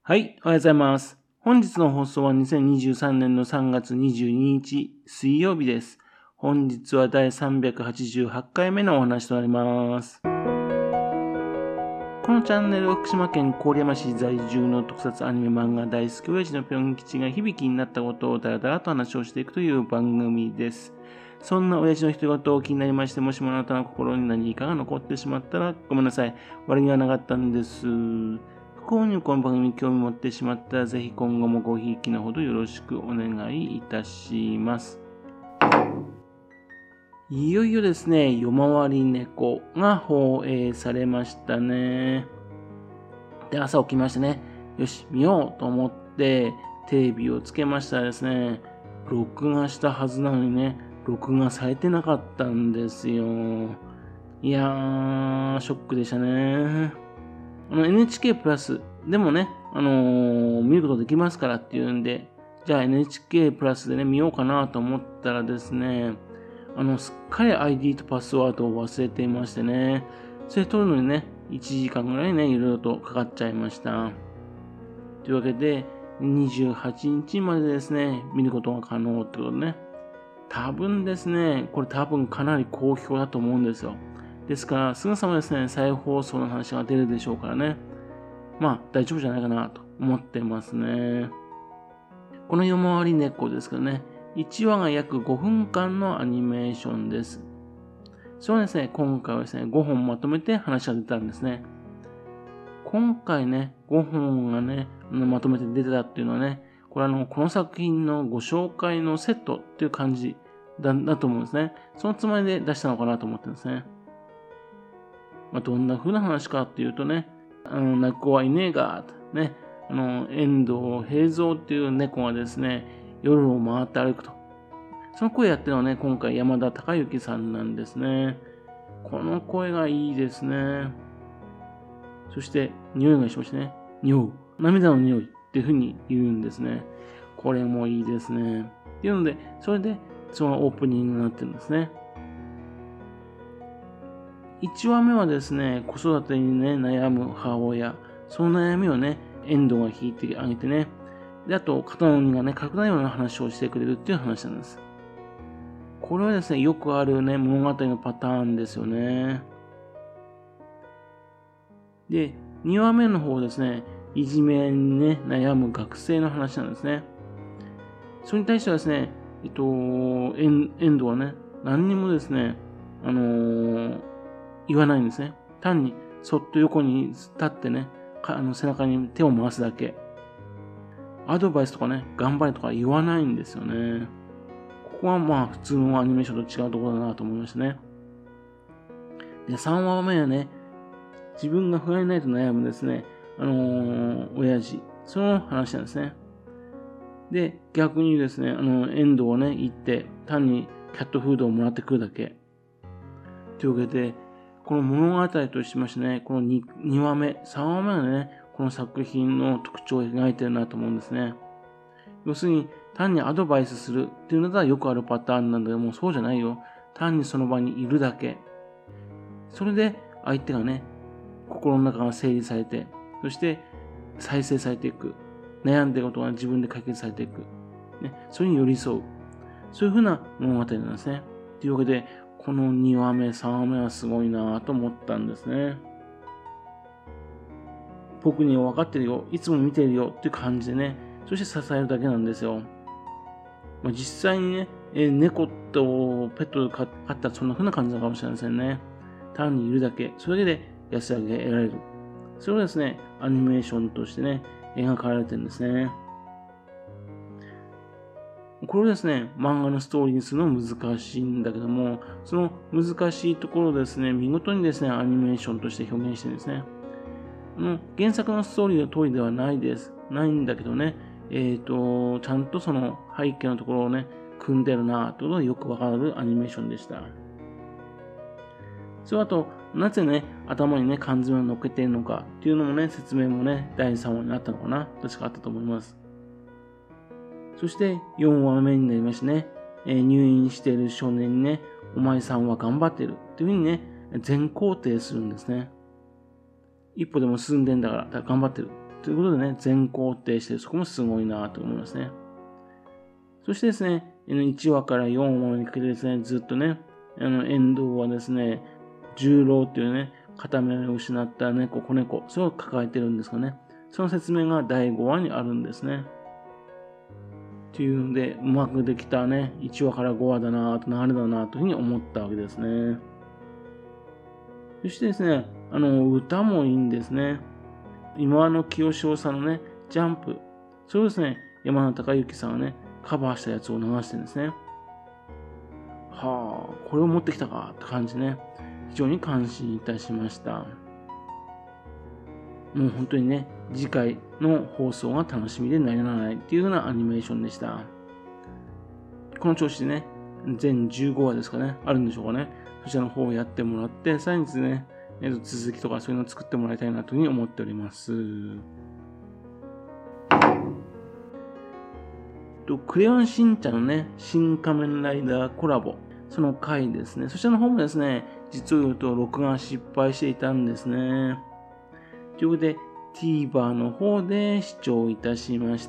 はい、おはようございます。本日の放送は2023年の3月22日水曜日です。本日は第388回目のお話となります。このチャンネルは福島県郡山市在住の特撮アニメ漫画大好き親父のぴょん吉が響きになったことをだらだらと話をしていくという番組です。そんな親父の一言を気になりまして、もしもあなたの心に何かが残ってしまったらごめんなさい。悪気はなかったんです。不幸にこの番組に興味持ってしまったら、ぜひ今後もごひいきのほどよろしくお願いいたします。いよいよですね、夜回り猫が放映されましたね。で、朝起きましてね、よし、見ようと思ってテレビをつけましたらですね、録画したはずなのにね、録画されてなかったんですよ。いやー、ショックでしたね。NHK プラスでもね、見ることできますからっていうんで、じゃあ NHK プラスでね、見ようかなと思ったらですね、すっかり ID とパスワードを忘れていましてね、それ取るのにね、1時間ぐらいね、いろいろとかかっちゃいました。というわけで、28日までですね、見ることが可能ってことでね、多分ですね、これ多分かなり好評だと思うんですよ。ですから、すぐさまですね、再放送の話が出るでしょうからね。まあ、大丈夫じゃないかなと思ってますね。この夜回り猫ですけどね、1話が約5分間のアニメーションです。それはですね、今回はですね、5本まとめて話が出たんですね。今回ね、5本がね、まとめて出てたっていうのはね、これこの作品のご紹介のセットっていう感じだと思うんですね。そのつもりで出したのかなと思ってるんですね。どんな風な話かっていうとね、泣く子はいねえが、ね、遠藤平蔵っていう猫がですね、夜を回って歩くと。その声やってるのはね、今回山田孝之さんなんですね。この声がいいですね。そして、匂いがしましてね。匂う。涙の匂いっていう風に言うんですね。これもいいですね。っていうので、それで、そのオープニングになってるんですね。1話目はですね、子育てにね、悩む母親。その悩みをね、遠藤が引いてあげてね。で、あと、片野がね、隠れないような話をしてくれるっていう話なんです。これはですね、よくあるね、物語のパターンですよね。で、2話目の方ですね、いじめにね、悩む学生の話なんですね。それに対してはですね、遠藤はね、何にもですね、言わないんですね。単にそっと横に立ってね、背中に手を回すだけ。アドバイスとかね、頑張れとか言わないんですよね。ここはまあ普通のアニメーションと違うところだなと思いましたね。で、3話目はね、自分が不安にないと悩むですね、親父。その話なんですね。で、逆にですね、遠藤をね、行って、単にキャットフードをもらってくるだけ。というわけで、この物語としましてね、この 2話目、3話目はね、この作品の特徴を描いてるなと思うんですね。要するに、単にアドバイスするっていうのがよくあるパターンなんだけども、そうじゃないよ。単にその場にいるだけ。それで相手がね、心の中が整理されて、そして再生されていく。悩んでることが自分で解決されていく。ね、それに寄り添う。そういうふうな物語なんですね。というわけで、この2話目、3話目はすごいなと思ったんですね。僕には分かってるよ。いつも見てるよっていう感じでね、そして支えるだけなんですよ。実際にね、猫とペットを飼ったらそんな風な感じなのかもしれませんね。単にいるだけ。それだけで安らぎが得られる。それをですね、アニメーションとしてね、描かれてるんですね。これをですね、漫画のストーリーにするのは難しいんだけども、その難しいところをですね、見事にですね、アニメーションとして表現してるんですね。原作のストーリーの通りではないです。ないんだけどね、ちゃんとその背景のところをね、組んでるなということがよくわかるアニメーションでした。それあと、なぜね、頭にね、缶詰を乗っけているのかっていうのもね、説明もね、第3話にあったのかな確かあったと思います。そして4話目になりましてね、入院している少年にね、お前さんは頑張ってるっていうふうにね、全肯定するんですね。一歩でも進んでんだから頑張ってるっということでね、全肯定してる。そこもすごいなと思いますね。そしてですね、1話から4話までにかけてですね、ずっとね、遠藤はですね、重郎っていうね、片目を失った猫、子猫、それを抱えてるんですがね、その説明が第5話にあるんですね。っていうので、うまくできたね、1話から5話だなと、あれだなというふうに思ったわけですね。そしてですね、歌もいいんですね。今清志郎さんのね、ジャンプ、それをですね、山田孝之さんがね、カバーしたやつを流してるんですね。はあ、これを持ってきたかって感じでね、非常に感心いたしました。もう本当にね、次回の放送が楽しみでなりならないっていうようなアニメーションでした。この調子でね、全15話ですかね、あるんでしょうかね。そちらの方をやってもらって、さらにですね、続きとかそういうのを作ってもらいたいなというふうに思っております。クレヨンしんちゃんのね、新仮面ライダーコラボ、その回ですね。そちらの方もですね、実を言うと録画失敗していたんですね。ということで、TVer の方で視聴いたしました。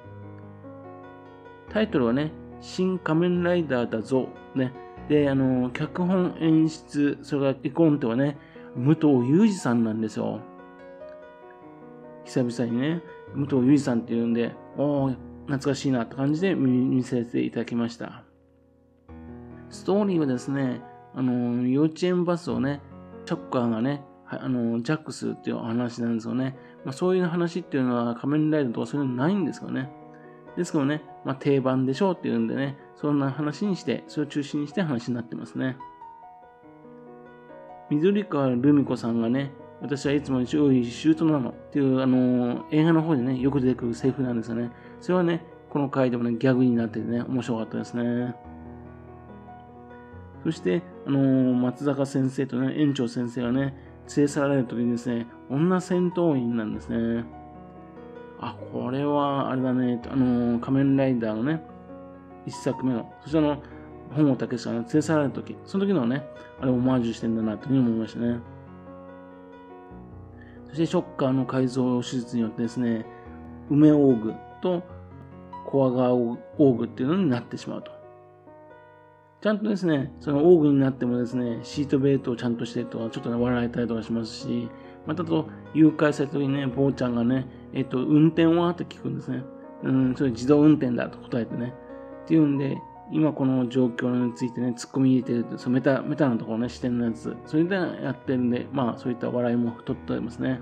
タイトルはね、新仮面ライダーだぞ。ね。で、脚本演出、それから絵コンテはね、武藤裕二さんなんですよ。久々にね、武藤裕二さんっていうんで、懐かしいなって感じで見せていただきました。ストーリーはですね、幼稚園バスをね、ショッカーがね、ジャックするっていう話なんですよね。そういう話っていうのは仮面ライダーとかそういうのないんですよね。ですけどね、定番でしょうっていうんでね、そんな話にして、それを中心にして話になってますね。緑川ルミ子さんがね、私はいつも用意周到なのっていう映画の方でね、よく出てくるセリフなんですよね。それはね、この回でもね、ギャグになっててね、面白かったですね。そして、松坂先生とね、園長先生がね、連れ去られる時にですね、女戦闘員なんですね。これは、あれだね、仮面ライダーのね、一作目の、そして本を武史がね、連れ去られる時、その時のね、あれをオマージュしてんだな、というふうに思いましたね。そして、ショッカーの改造手術によってですね、梅オーグとコアガーオーグっていうのになってしまうと。ちゃんとですね、そのオーグになってもですね、シートベルトをちゃんとしてとか、ちょっとね、笑えたりとかしますし、また誘拐された時にね、坊ちゃんがね、運転はって聞くんですね。それ自動運転だと答えてね。っていうんで、今この状況についてね、突っ込み入れてるって、そのメタなところね、視点のやつ、それでやってるんで、そういった笑いも取っておりますね。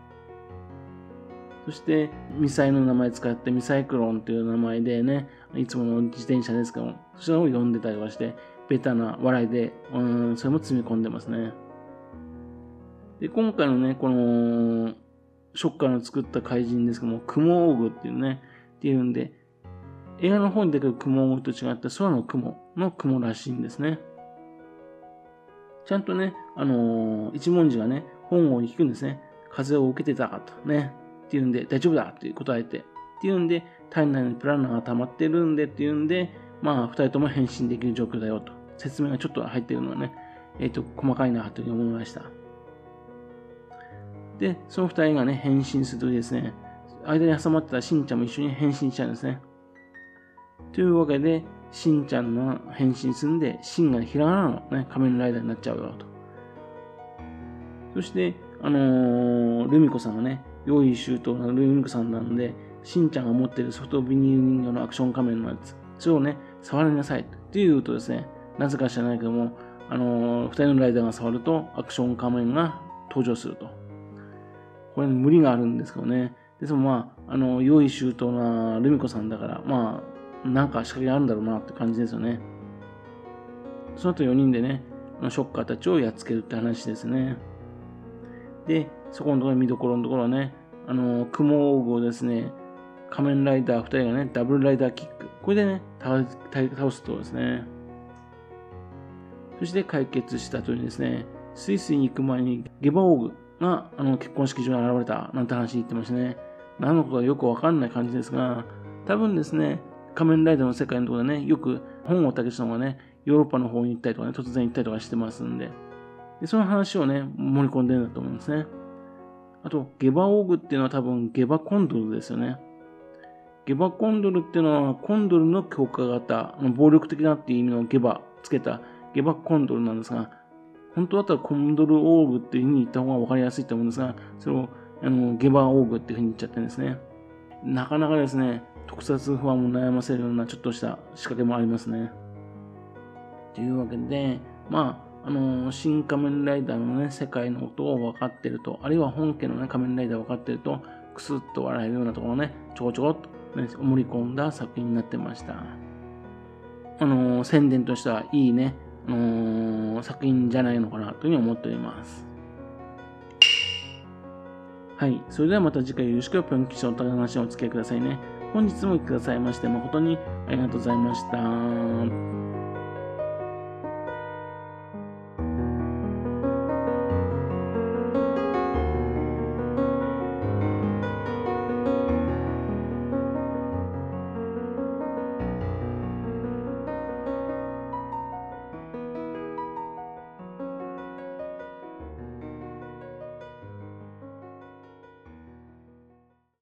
そして、ミサイの名前使ってミサイクロンっていう名前でね、いつもの自転車ですけども、そちらを読んでたりはして、ベタな笑いで、それも積み込んでますね。で、今回のね、この、ショッカーの作った怪人ですけども、クモオーグっていうね、っていうんで、映画の方に出てくるクモオーグと違って空の雲の雲らしいんですね。ちゃんとね、一文字がね、本を聞くんですね。風を受けてたとね。っていうんで、大丈夫だって答えて。っていうんで、体内にプランナーが溜まってるんでっていうんで、二人とも変身できる状況だよと。説明がちょっと入ってるのはね、細かいなというふうに思いました。で、その二人がね、変身するとですね、間に挟まってたしんちゃんも一緒に変身しちゃうんですね。というわけで、しんちゃんの変身するんで、しんがひらがなのね、仮面ライダーになっちゃうよと。そして、ルミ子さんがね、用意周到なルミ子さんなんで、しんちゃんが持ってるソフトビニール人形のアクション仮面のやつ、それをね、触りなさいって言うとですね、なぜか知らないけども、二人のライダーが触るとアクション仮面が登場すると。これに無理があるんですけどね。ですも用意周到なルミ子さんだから、なんか仕掛けがあるんだろうなって感じですよね。その後4人でね、ショッカーたちをやっつけるって話ですね。で、そこのところ見どころのところはね、雲オーグをですね、仮面ライダー2人がね、ダブルライダーキック。これでね、倒すとですね。そして解決した後にですね、スイスに行く前にゲバオーグが結婚式場に現れたなんて話言ってましたね。何のことかよくわかんない感じですが、多分ですね、仮面ライダーの世界のところでね、よく本をたけしたのがね、ヨーロッパの方に行ったりとかね、突然行ったりとかしてますんで、その話をね、盛り込んでるんだと思うんですね。 あと、ゲバオーグっていうのは多分ゲバコンドルですよね。ゲバコンドルっていうのはコンドルの強化型、暴力的なっていう意味のゲバつけたゲバコンドルなんですが、本当だったらコンドルオーグっていう風に言った方が分かりやすいと思うんですが、それをゲバオーグっていう風に言っちゃってるんですね。なかなかですね、特撮ファンを悩ませるようなちょっとした仕掛けもありますね。というわけで、新仮面ライダーのね、世界のことを分かってると、あるいは本家のね、仮面ライダーを分かってると、クスッと笑えるようなところをね、ちょこちょこっと、ね、盛り込んだ作品になってました。宣伝としてはいいね、作品じゃないのかなというふうに思っております。はい。それではまた次回よろしくぴょん吉のお話をお付き合いくださいね。本日もお聞きくださいまして誠にありがとうございました。